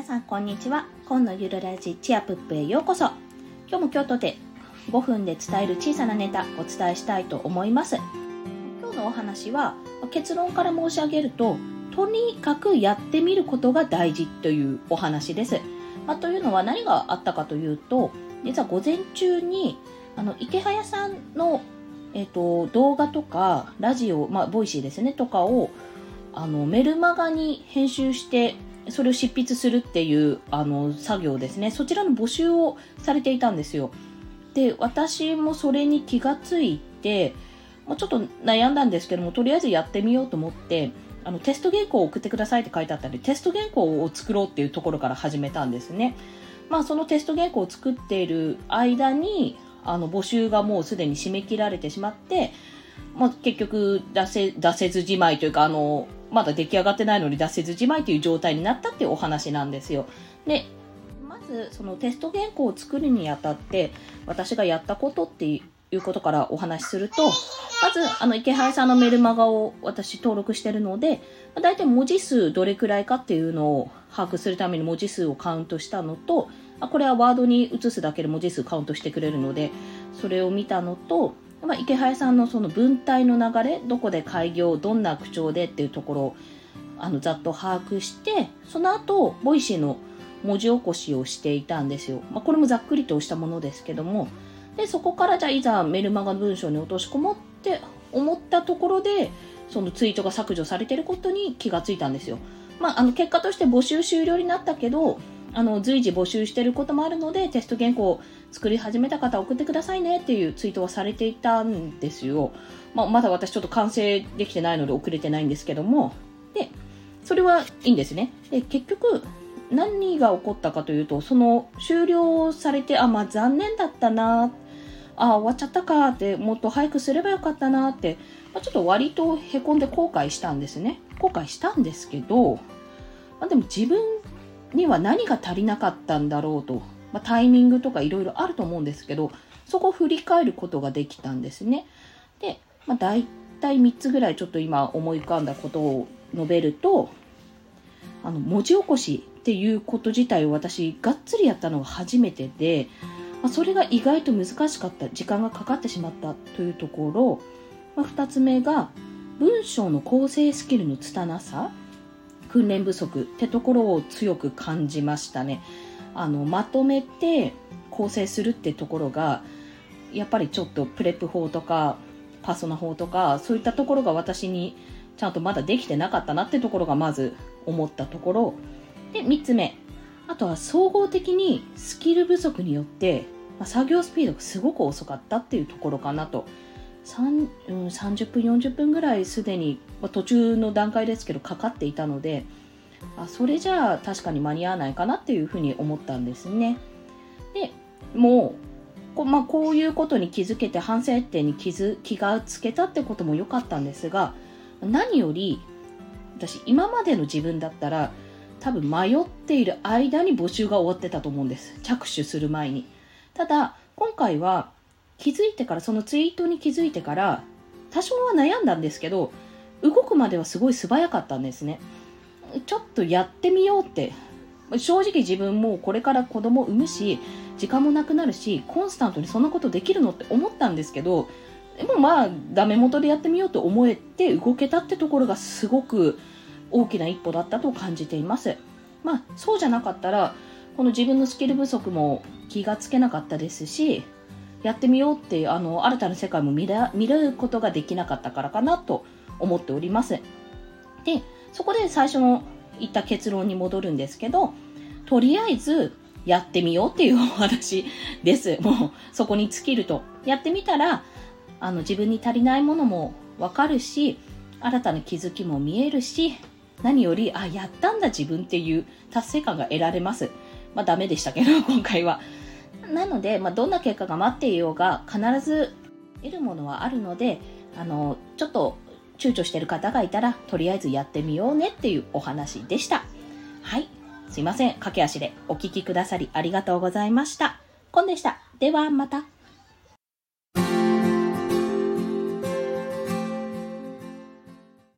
皆さんこんにちは。今のゆるラジチアプップへようこそ。今日も京都で5分で伝える小さなネタお伝えしたいと思います。今日のお話は結論から申し上げると、とにかくやってみることが大事というお話です。というのは何があったかというと、実は午前中に池早さんの、動画とかラジオ、ボイシーですねとかをメルマガに編集してそれを執筆するっていう作業ですね。そちらの募集をされていたんですよ。で、私もそれに気がついて、ちょっと悩んだんですけども、とりあえずやってみようと思ってテスト原稿を送ってくださいって書いてあったので、テスト原稿を作ろうっていうところから始めたんですね。そのテスト原稿を作っている間に募集がもうすでに締め切られてしまって、結局出せずじまいというかまだ出来上がってないのに出せずじまいという状態になったっていうお話なんですよ。で、まずそのテスト原稿を作るにあたって私がやったことっていうことからお話しすると、まず池原さんのメルマガを私登録してるので、だいたい文字数どれくらいかっていうのを把握するために文字数をカウントしたのと、これはワードに移すだけで文字数カウントしてくれるので、それを見たのと、池早さんのその文体の流れ、どこで開業、どんな口調でっていうところをざっと把握して、その後ボイシーの文字起こしをしていたんですよ。これもざっくりとしたものですけども、でそこからじゃあいざメルマガの文章に落とし込もうって思ったところで、そのツイートが削除されていることに気がついたんですよ。結果として募集終了になったけど、随時募集していることもあるので、テスト原稿を作り始めた方送ってくださいねっていうツイートはされていたんですよ。まだ私ちょっと完成できてないので遅れてないんですけども、でそれはいいんですね。で結局何が起こったかというと、その終了されて残念だったな、終わっちゃったかって、もっと早くすればよかったなって、ちょっと割とへこんで後悔したんですね。後悔したんですけど、でも自分には何が足りなかったんだろうと、タイミングとかいろいろあると思うんですけど、そこを振り返ることができたんですね。で、だいたい3つぐらいちょっと今思い浮かんだことを述べると、文字起こしっていうこと自体を私がっつりやったのが初めてで、それが意外と難しかった、時間がかかってしまったというところ、2つ目が文章の構成スキルの拙さ、訓練不足ってところを強く感じましたね。まとめて構成するってところがやっぱりちょっとプレップ法とかパーソナ法とかそういったところが私にちゃんとまだできてなかったなってところがまず思ったところで、3つ目、あとは総合的にスキル不足によって作業スピードがすごく遅かったっていうところかなと。30分40分ぐらいすでに途中の段階ですけどかかっていたので、それじゃあ確かに間に合わないかなっていうふうに思ったんですね。でもうこういうことに気づけて反省点に気がつけたってことも良かったんですが、何より私今までの自分だったら多分迷っている間に募集が終わってたと思うんです、着手する前に。ただ今回は気づいてから、そのツイートに気づいてから多少は悩んだんですけど、動くまではすごい素早かったんですね。ちょっとやってみようって、正直自分もこれから子供産むし時間もなくなるし、コンスタントにそんなことできるのって思ったんですけど、でもダメ元でやってみようと思えて動けたってところがすごく大きな一歩だったと感じています。そうじゃなかったらこの自分のスキル不足も気がつけなかったですし、やってみようっていう新たな世界も見ることができなかったからかなと思っております。で、そこで最初の言った結論に戻るんですけど、とりあえずやってみようっていうお話です。もうそこに尽きると、やってみたら自分に足りないものも分かるし、新たな気づきも見えるし、何よりやったんだ自分っていう達成感が得られます。ダメでしたけど今回は。なので、どんな結果が待っていようが必ず得るものはあるので、ちょっと躊躇している方がいたらとりあえずやってみようねっていうお話でした。はい、すいません、駆け足でお聞きくださりありがとうございました。コンでした。ではまた。